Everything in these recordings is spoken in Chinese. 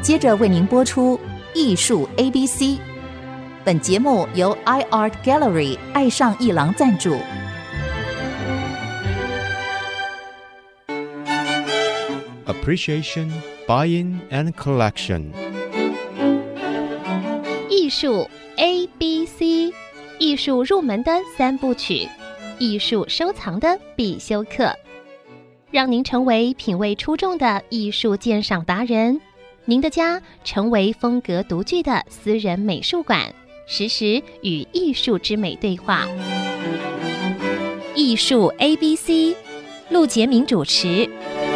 接着为您播出艺术 ABC。 本节目由 iArt Gallery 爱上一郎赞助。 Appreciation, Buying and Collection。 艺术 ABC， 艺术入门的三部曲，艺术收藏的必修课，让您成为品味出众的艺术鉴赏达人，您的家成为风格独具的私人美术馆，时时与艺术之美对话。艺术 ABC， 陆杰明主持。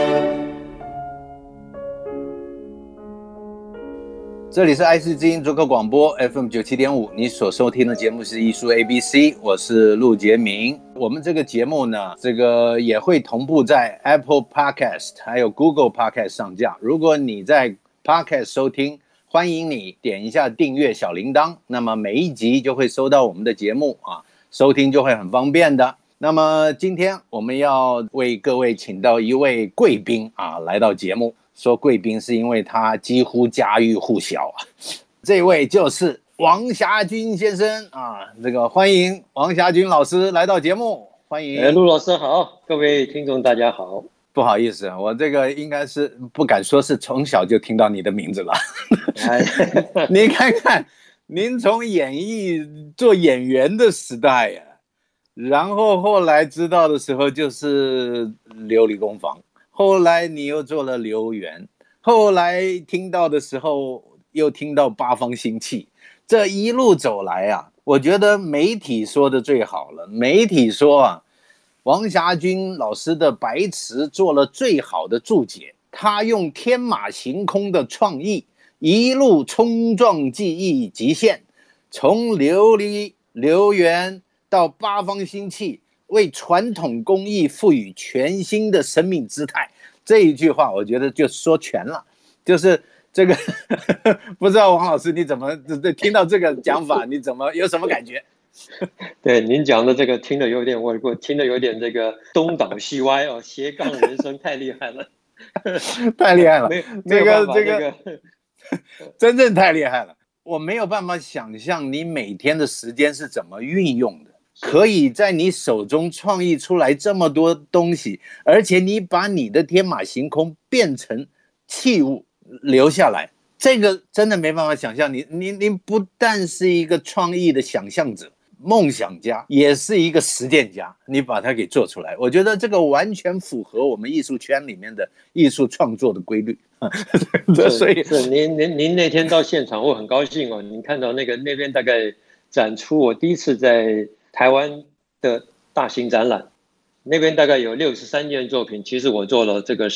这里是爱思之音逐客广播 FM 97.5，你所收听的节目是艺术 ABC， 我是陆杰明。我们这个节目呢，也会同步在 Apple Podcast 还有 Google Podcast 上架。如果你在 Podcast 收听，欢迎你点一下订阅小铃铛，那么每一集就会收到我们的节目啊，收听就会很方便的。那么今天我们要为各位请到一位贵宾啊，来到节目。说贵宾是因为他几乎家喻户晓啊，这位就是王霞军先生啊，欢迎王霞军老师来到节目，欢迎。 陆老师好，各位听众大家好。 不好意思，我应该是不敢说是从小就听到你的名字了。你看看，您从演艺做演员的时代呀，然后后来知道的时候就是琉璃工坊。后来你又做了留园，后来听到的时候又听到八方新气，这一路走来啊，我觉得媒体说的最好了。媒体说啊，王霞军老师的白词做了最好的注解，他用天马行空的创意，一路冲撞技艺极限，从琉璃留园到八方新气，为传统工艺赋予全新的生命姿态。这一句话我觉得就说全了，就是这个不知道王老师你怎么听到这个讲法，你有什么感觉？ 对，您讲的这个听得有点我听得有点这个东倒西歪哦，斜杠人生太厉害了。 太厉害了，这个真正太厉害了。我没有办法想象你每天的时间是怎么运用的，可以在你手中创意出来这么多东西，而且你把你的天马行空变成器物留下来，这个真的没办法想象。你不但是一个创意的想象者、梦想家，也是一个实践家，你把它给做出来，我觉得这个完全符合我们艺术圈里面的艺术创作的规律。所以是您那天到现场，我很高兴哦。您看到那边大概展出我第一次在台湾的大型展览，那边大概有63件作品，其实我做了这个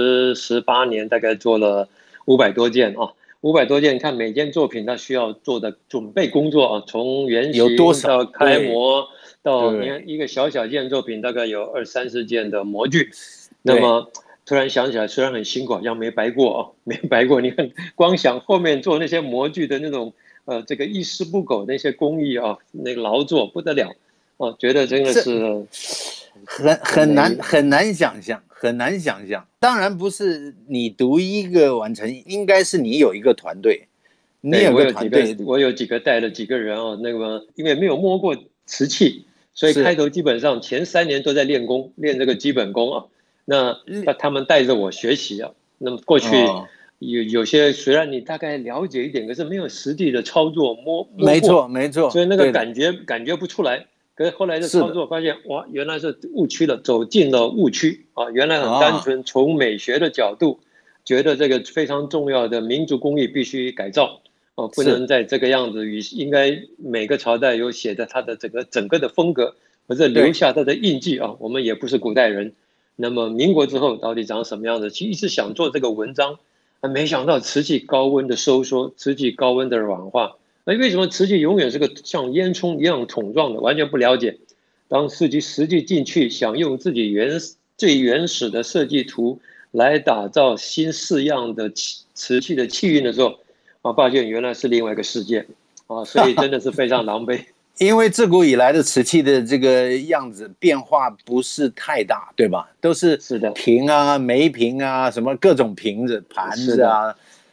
18年，大概做了500多件啊，500多件。看每件作品它需要做的准备工作啊，从原型到开模，到你看一个小件作品大概有20-30件的模具，那么突然想起来，虽然很辛苦，好像没白过啊，没白过。你看，光想后面做那些模具的那种这个一丝不苟那些工艺啊，那个劳作不得了啊，觉得真的是很难想象，很难想象。当然不是你独一个完成，应该是你有一个团队，你有个团队。 我有几个带了几个人啊，因为没有摸过瓷器，所以开头基本上前3年都在练功，练这个基本功啊。那他们带着我学习啊。那么过去有些虽然你大概了解一点，可是没有实地的操作摸过。 没错， 所以那个感觉不出来。可是后来的操作发现，哇，原来是误区了，走进了误区啊！原来很单纯，从美学的角度，觉得这个非常重要的民族工艺必须改造哦，不能再这个样子。应该每个朝代有写的它的整个的风格，或者留下它的印记啊。我们也不是古代人。那么民国之后到底长什么样子？其实一直想做这个文章，没想到瓷器高温的收缩，瓷器高温的软化。为什么瓷器永远是个像烟囱一样桶状的？完全不了解。当实际进去，想用自己最原始的设计图来打造新式样的瓷器的气韵的时候，发现原来是另外一个世界啊！所以真的是非常狼狈。 因为自古以来的瓷器的这个样子变化不是太大，对吧？都是瓶啊、梅瓶啊，什么各种瓶子、盘子啊，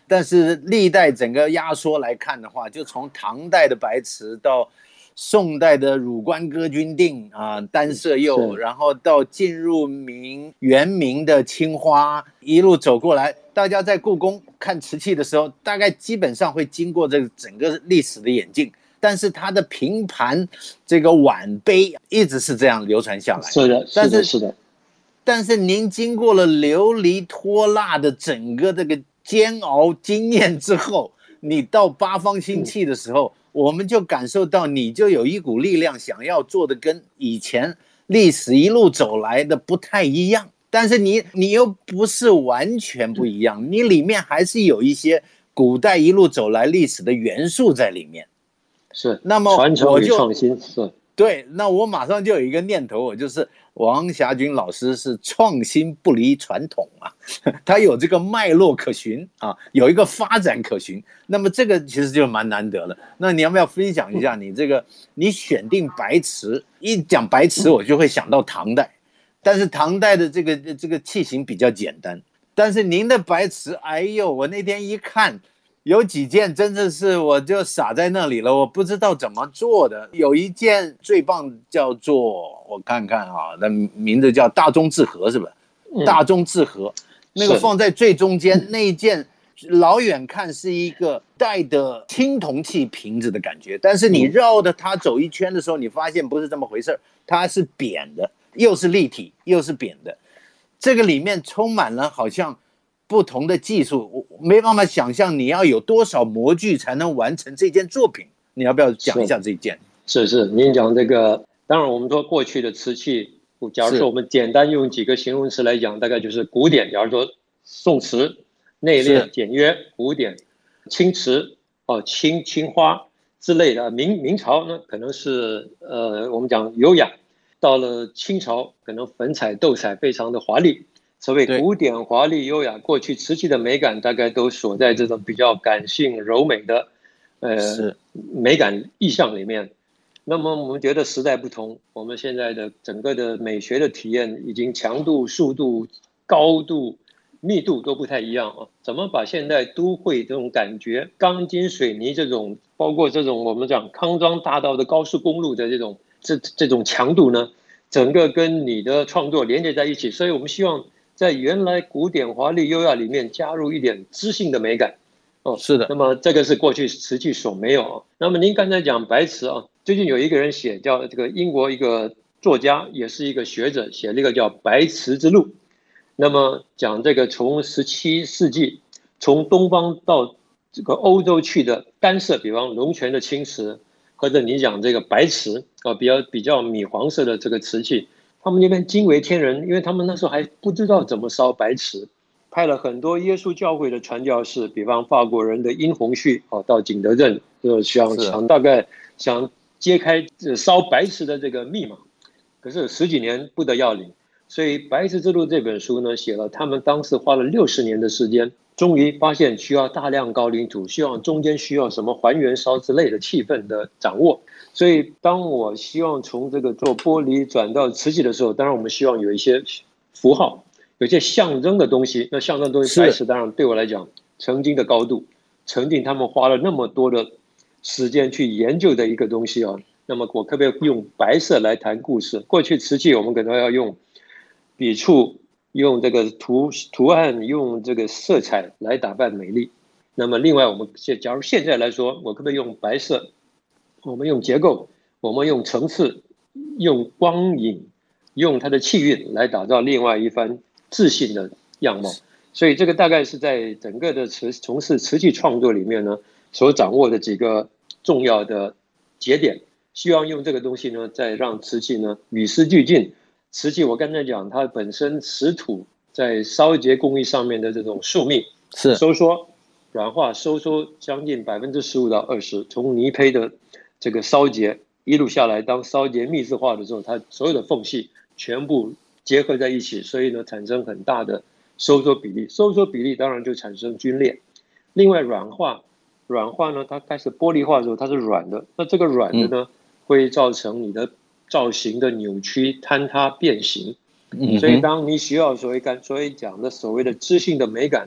但是历代整个压缩来看的话，就从唐代的白瓷到宋代的汝官歌君定啊，单色釉，然后到进入元明的青花，一路走过来，大家在故宫看瓷器的时候，大概基本上会经过这个整个历史的演进，但是它的平盘这个碗杯一直是这样流传下来。 是的，是的。 但是您经过了流离脱蜡的整个这个煎熬经验之后，你到八方新器的时候，我们就感受到你就有一股力量想要做的跟以前历史一路走来的不太一样，但是你又不是完全不一样，你里面还是有一些古代一路走来历史的元素在里面。 是， 那么传承与创新是。 对，那我马上就有一个念头，我就是王霞军老师是创新不离传统啊，他有这个脉络可循啊，有一个发展可循。那么这个其实就蛮难得了。那你要不要分享一下你这个你选定白瓷？一讲白瓷我就会想到唐代，但是唐代的这个器型比较简单，但是您的白瓷，哎呦，我那天一看。有几件真的是我就傻在那里了，我不知道怎么做的。有一件最棒叫做我看看啊，那名字叫大中至和，是吧？大中至和，那个放在最中间那一件，老远看是一个带的青铜器瓶子的感觉，但是你绕着它走一圈的时候，你发现不是这么回事，它是扁的，又是立体又是扁的，这个里面充满了好像。不同的技术，我没办法想象你要有多少模具才能完成这件作品。你要不要讲一下这一件？ 是，您讲这个，当然我们说过去的瓷器，假如说我们简单用几个形容词来讲，大概就是古典，假如说宋瓷、内敛、简约、古典；清瓷青花之类的；明朝呢，可能是我们讲优雅；到了清朝，可能粉彩斗彩非常的华丽。所谓古典华丽优雅，过去瓷器的美感大概都锁在这种比较感性柔美的美感意象里面。那么我们觉得时代不同，我们现在的整个的美学的体验已经强度、速度、高度、密度都不太一样啊。怎么把现代都会这种感觉，钢筋水泥这种，包括这种我们讲康庄大道的高速公路的这种强度呢，整个跟你的创作连接在一起。所以我们希望在原来古典华丽优雅里面加入一点知性的美感， 是的。 那么这个是过去瓷器所没有。那么您刚才讲白瓷啊，最近有一个人写叫这个英国一个作家，也是一个学者，写了一个叫《白瓷之路》。那么讲这个从17世纪从东方到这个欧洲去的单色，比方龙泉的青瓷，或者你讲这个白瓷啊，比较米黄色的这个瓷器。他们那边惊为天人，因为他们那时候还不知道怎么烧白瓷，派了很多耶稣教会的传教士，比方法国人的殷洪绪到景德镇，就大概想揭开烧白瓷的这个密码，可是10几年不得要领。所以《白瓷之路》这本书呢，写了他们当时花了60年的时间，终于发现需要大量高岭土，中间需要什么还原烧之类的气氛的掌握。所以当我希望从这个做玻璃转到瓷器的时候，当然我们希望有一些符号，有一些象征的东西。那象征东西白瓷当然对我来讲曾经的高度，曾经他们花了那么多的时间去研究的一个东西啊。那么我可不可以用白色来谈故事？过去瓷器我们可能要用笔触，用这个图案，用这个色彩来打扮美丽。那么另外我们假如现在来说，我可不可以用白色，我们用结构，我们用层次，用光影，用它的气韵来打造另外一番自信的样貌。所以这个大概是在整个的从事瓷器创作里面呢，所掌握的几个重要的节点。希望用这个东西呢，再让瓷器呢与时俱进。瓷器我刚才讲，它本身瓷土在烧结工艺上面的这种寿命是收缩、软化、收缩将近15%到20%，从泥胚的这个烧结一路下来，当烧结密制化的时候，它所有的缝隙全部结合在一起，所以呢产生很大的收缩比例。收缩比例当然就产生皲裂。另外软化呢，它开始玻璃化的时候它是软的，那这个软的呢会造成你的造型的扭曲、坍塌、变形。所以当你需要所谓讲的所谓的知性的美感呢，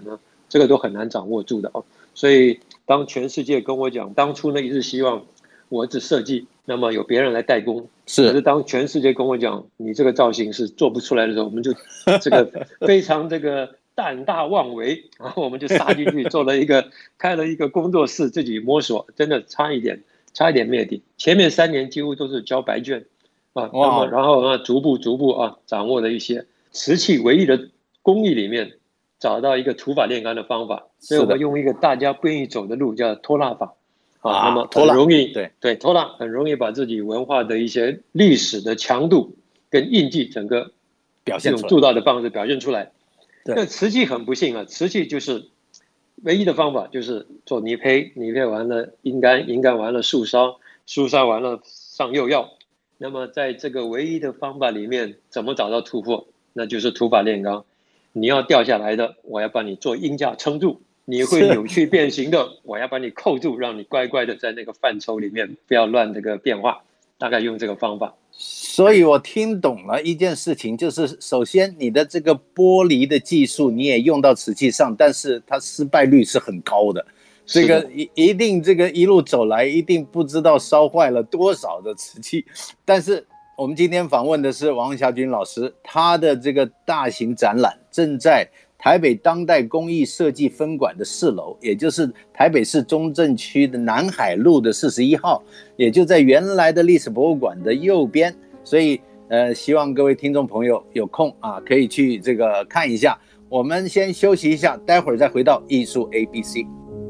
这个都很难掌握住的哦。所以当全世界跟我讲，当初呢一直希望我只设计，那么有别人来代工，可是当全世界跟我讲你这个造型是做不出来的时候，我们就这个非常这个胆大妄为，然后我们就杀进去开了一个工作室，自己摸索，真的差一点灭顶。前面3年几乎都是交白卷啊，那么然后逐步掌握了一些瓷器唯一的工艺里面找到一个土法炼钢的方法，所以我们用一个大家不愿意走的路叫拖拉法啊，那么很容易对拖拉很容易把自己文化的一些历史的强度跟印记整个表现出来， 用铸造的方式表现出来。那瓷器很不幸啊，瓷器就是唯一的方法就是做泥胚，泥胚完了阴干，阴干完了素烧，素烧完了上釉药。那么在这个唯一的方法里面，怎么找到突破？那就是土法炼钢。你要掉下来的，我要帮你做鹰架撑住；你会扭曲变形的，我要把你扣住，让你乖乖的在那个范畴里面不要乱这个变化。大概用这个方法。 所以我听懂了一件事情，就是首先你的这个玻璃的技术你也用到瓷器上，但是它失败率是很高的。这个一定这个一路走来一定不知道烧坏了多少的瓷器。但是我们今天访问的是王霞军老师，他的这个大型展览正在台北当代工艺设计分馆的4楼，也就是台北市中正区的南海路的41号，也就在原来的历史博物馆的右边。所以希望各位听众朋友有空啊，可以去这个看一下。我们先休息一下，待会儿再回到艺术 ABC。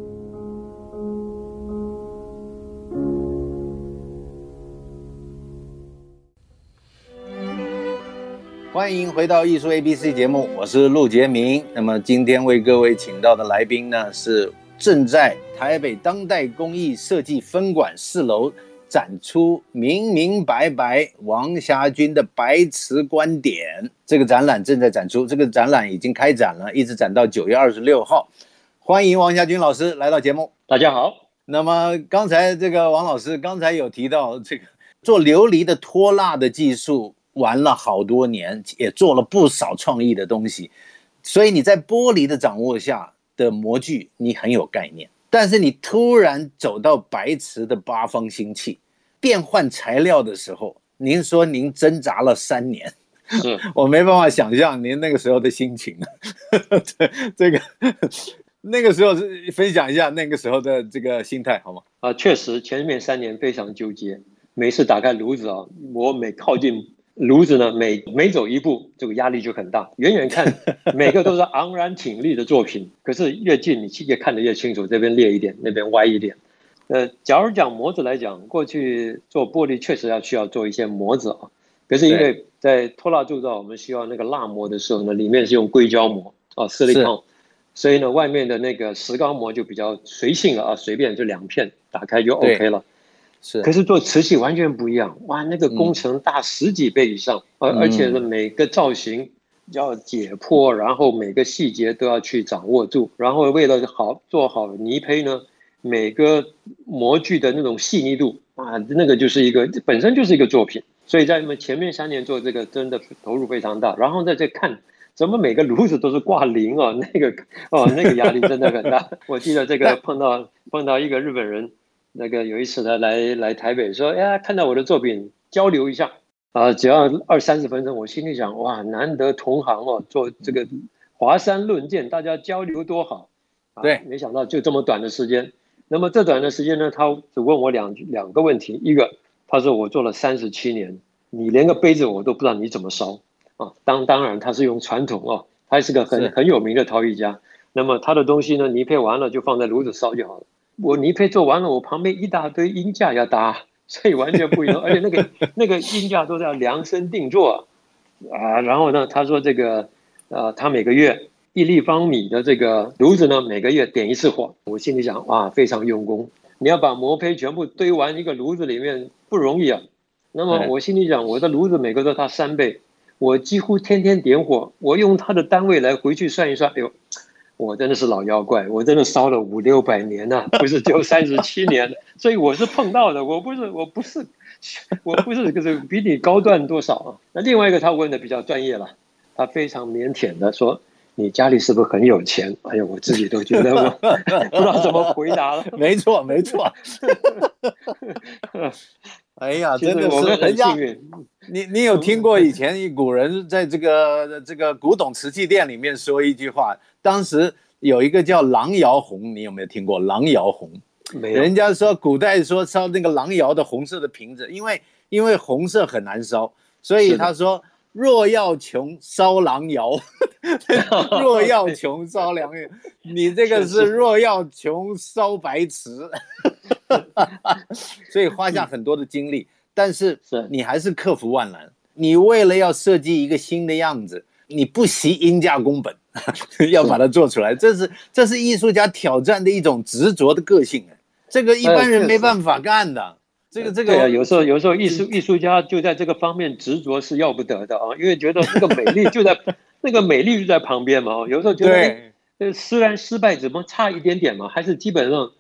欢迎回到艺术 ABC 节目，我是陆杰明。那么今天为各位请到的来宾呢，是正在台北当代工艺设计分馆4楼展出明明白白王霞军的白瓷观点。这个展览正在展出，这个展览已经开展了，一直展到9月26号。欢迎王霞军老师来到节目。 大家好。 那么刚才这个王老师刚才有提到这个做琉璃的脱蜡的技术玩了好多年，也做了不少创意的东西，所以你在玻璃的掌握下的模具你很有概念。但是你突然走到白瓷的八方星器变换材料的时候，您说您挣扎了3年，我没办法想象您那个时候的心情。这个那个时候分享一下那个时候的这个心态好吗？ 确实前面3年非常纠结，每次打开炉子啊，我每靠近炉子呢，每走一步，这个压力就很大。远远看，每个都是昂然挺立的作品，可是越近，你越看得越清楚，这边裂一点，那边歪一点。假如讲模子来讲，过去做玻璃确实需要做一些模子啊，可是因为在拖蜡铸造，我们需要那个蜡模的时候呢，里面是用硅胶膜啊，silicone，所以呢，外面的那个石膏膜就比较随性了啊，随便就2片打开就 OK 了。可是做瓷器完全不一样，哇，那个工程大10几倍以上，而且呢每个造型要解剖，然后每个细节都要去掌握住，然后为了做好泥胚呢，每个模具的那种细腻度啊，那个就是本身就是一个作品。所以在前面3年做这个真的投入非常大，然后在这看怎么每个炉子都是挂0啊，那个压力真的很大。我记得这个碰到一个日本人。那个有一次他来台北说，哎呀，看到我的作品交流一下啊，只要20-30分钟。我心里想，哇，难得同行哦，做这个华山论剑，大家交流多好啊！对，没想到就这么短的时间。那么这短的时间呢，他只问我两个问题，一个他说我做了37年，你连个杯子我都不知道你怎么烧啊。当然他是用传统哦，他是个很有名的陶艺家。那么他的东西呢，泥胚完了就放在炉子烧就好了。我泥胚做完了，我旁边一大堆鹰架要搭，所以完全不一样。而且那个鹰架都是要量身定做啊。然后呢，他说这个他每个月1立方米的这个炉子呢，每个月点1次火。我心里想，哇，非常用功。你要把模胚全部堆完一个炉子里面不容易啊。那么我心里想，我的炉子每个都他3倍，我几乎天天点火。我用他的单位来回去算一算，哎呦。我真的是老妖怪，我真的烧了500-600年了，不是只有37年，所以我是碰到的，我不是就是比你高段多少啊？那另外一个他问的比较专业了，他非常腼腆的说， 你家里是不是很有钱？哎呀，我自己都觉得我不知道怎么回答了。 没错，没错。哎呀，真的是人家，你有听过以前古人在这个古董瓷器店里面说一句话，当时有一个叫郎窑红，你有没有听过郎窑红？ 没有。 人家说古代说烧那个郎窑的红色的瓶子，因为红色很难烧，所以他说若要穷烧郎窑，若要穷烧郎窑，你这个是若要穷烧白瓷，所以花下很多的精力，但是你还是克服万难。你为了要设计一个新的样子，你不惜因价公本，要把它做出来，这是艺术家挑战的一种执着的个性，这个一般人没办法干的。这个对啊，有时候艺术家就在这个方面执着是要不得的啊，因为觉得那个美丽就在那个美丽就在旁边嘛。有时候觉得虽然失败怎么差一点点嘛，还是基本上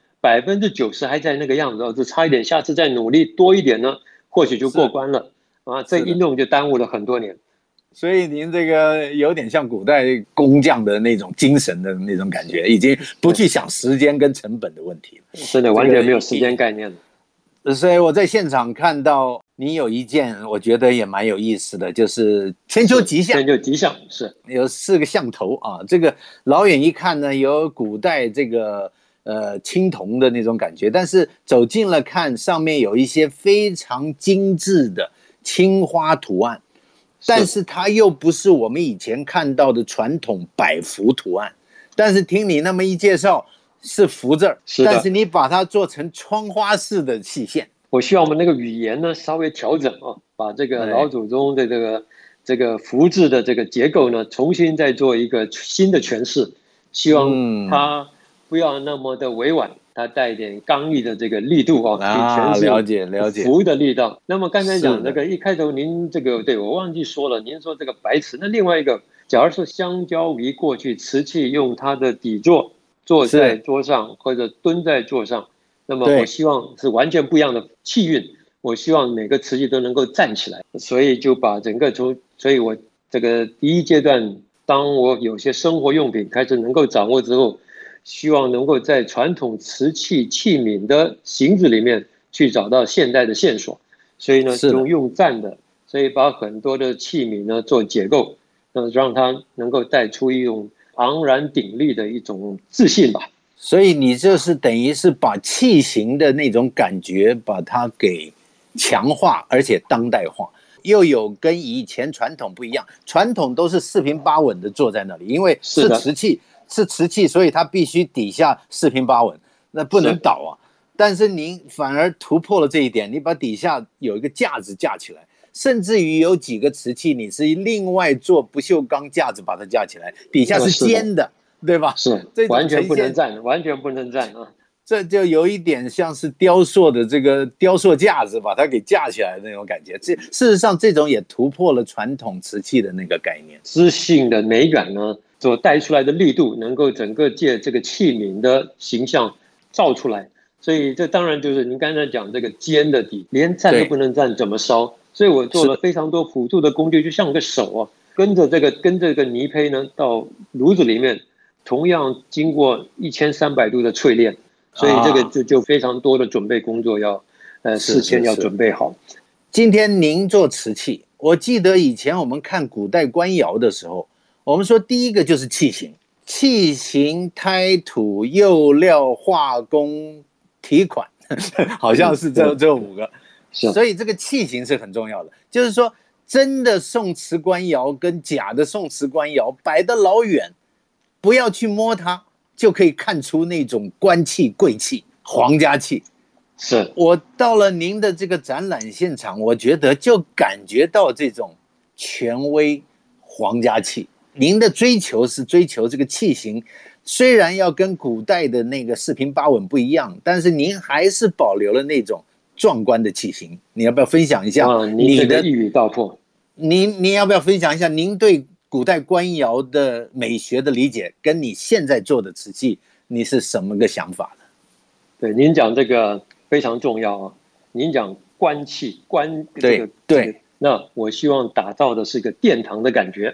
90%还在那个样子，就差一点，下次再努力多一点呢，或许就过关了啊。这一弄就耽误了很多年。 所以您这个有点像古代工匠的那种精神的那种感觉，已经不去想时间跟成本的问题了， 真的完全没有时间概念了。 所以我在现场看到你有一件我觉得也蛮有意思的，就是千秋吉象。 千秋吉象是有4个象头啊，这个老远一看呢，有古代这个青铜的那种感觉，但是走近了看，上面有一些非常精致的青花图案，但是它又不是我们以前看到的传统百福图案，但是听你那么一介绍，是福字，但是你把它做成窗花式的细线。 我希望我们那个语言呢稍微调整啊，把这个老祖宗的这个福字的这个结构呢，重新再做一个新的诠释。希望它不要那么的委婉，它带一点刚毅的这个力度啊，去了解福的力道。那么刚才讲那个一开头您这个对我忘记说了，您说这个白瓷，那另外一个，假如说相较于过去瓷器用它的底座坐在桌上或者蹲在桌上，那么我希望是完全不一样的气韵。我希望每个瓷器都能够站起来，所以就把整个所以我这个第一阶段，当我有些生活用品开始能够掌握之后，希望能够在传统瓷器器皿的形制里面去找到现代的线索。所以呢，用站的，所以把很多的器皿呢做解构，让它能够带出一种昂然鼎立的一种自信吧。 所以你就是等于是把器型的那种感觉把它给强化，而且当代化，又有跟以前传统不一样。传统都是四平八稳的坐在那里，因为是瓷器，所以它必须底下四平八稳，那不能倒啊。但是您反而突破了这一点，你把底下有一个架子架起来，甚至于有几个瓷器你是另外做不锈钢架子把它架起来，底下是尖的，对吧？ 是，完全不能站，完全不能站啊！ 这就有一点像是雕塑的这个雕塑架子，把它给架起来的那种感觉。事实上，这种也突破了传统瓷器的那个概念。 知性的美感呢，所带出来的力度，能够整个借这个器皿的形象造出来。所以这当然就是您刚才讲这个尖的底，连站都不能站，怎么烧？所以我做了非常多辅助的工具，就像个手啊，跟着这个泥胚呢到炉子里面，同样经过1300度的淬炼。所以这个就非常多的准备工作要事先要准备好。 今天您做瓷器，我记得以前我们看古代官窑的时候，我们说第一个就是器型，器型、胎土、釉料、画工、题款，好像是这5个。所以这个器型是很重要的，就是说真的宋瓷官窑跟假的宋瓷官窑摆得老远，不要去摸它，就可以看出那种官气、贵气、皇家气。 是我到了您的这个展览现场，我觉得就感觉到这种权威皇家气。您的追求是追求这个器型，虽然要跟古代的那个四平八稳不一样，但是您还是保留了那种壮观的器型。你要不要分享一下你的一语道破？ 您要不要分享一下您对古代官窑的美学的理解，跟你现在做的瓷器，你是什么个想法呢？ 对，您讲这个非常重要啊！您讲官气， 对， 那我希望打造的是一个殿堂的感觉。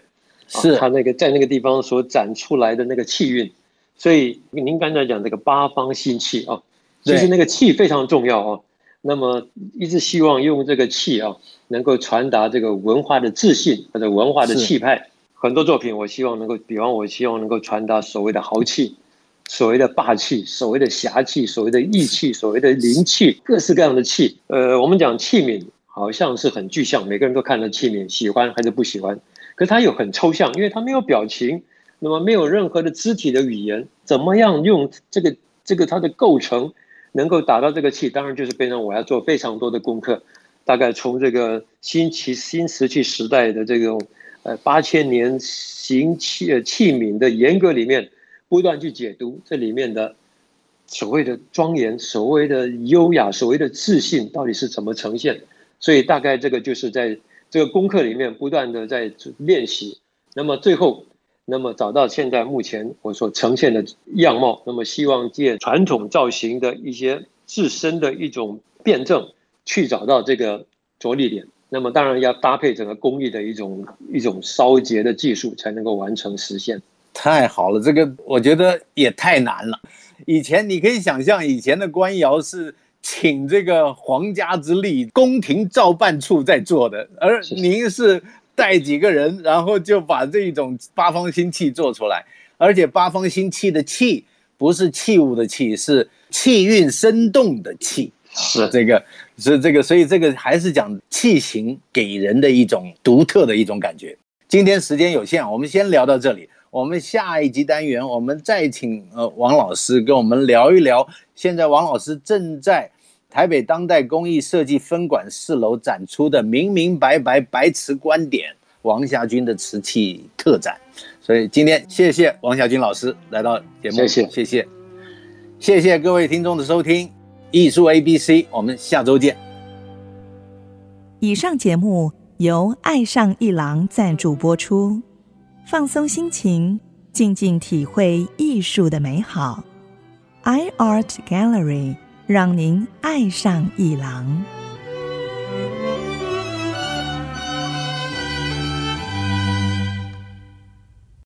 是它那个在那个地方所展出来的那个气韵。所以您刚才讲这个八方心气啊，其实那个气非常重要啊。那么一直希望用这个气啊，能够传达这个文化的自信或者文化的气派。很多作品我希望能够，比方我希望能够传达所谓的豪气，所谓的霸气，所谓的侠气，所谓的义气，所谓的灵气，各式各样的气。我们讲器皿好像是很具象，每个人都看到器皿，喜欢还是不喜欢。可是它又很抽象，因为它没有表情，那么没有任何的肢体的语言，怎么样用这个它的构成能够达到这个气？当然就是变成我要做非常多的功课，大概从这个新石器时代的这种8000年形器皿的严格里面，不断去解读这里面的所谓的庄严、所谓的优雅、所谓的自信到底是怎么呈现。所以大概这个就是在这个功课里面不断的在练习，那么最后找到现在目前我所呈现的样貌，那么希望借传统造型的一些自身的一种辩证，去找到这个着力点。那么当然要搭配整个工艺的一种烧结的技术，才能够完成实现。 太好了，这个我觉得也太难了。以前你可以想象，以前的官窑是请这个皇家之力，宫廷造办处在做的，而您是带几个人，然后就把这种八方心气做出来。而且八方心气的气不是器物的气，是气韵生动的气。是这个，所以这个还是讲气形给人的一种独特的一种感觉。今天时间有限，我们先聊到这里。我们下一集单元，我们再请王老师跟我们聊一聊，现在王老师正在台北当代工艺设计分馆4楼展出的明明白白白瓷观点王霞君的瓷器特展。所以今天谢谢王霞君老师来到节目，谢谢各位听众的收听，艺术 ABC， 我们下周见。 以上节目由爱上一郎赞助播出，放松心情，静静体会艺术的美好。iArt Gallery 让您爱上一郎。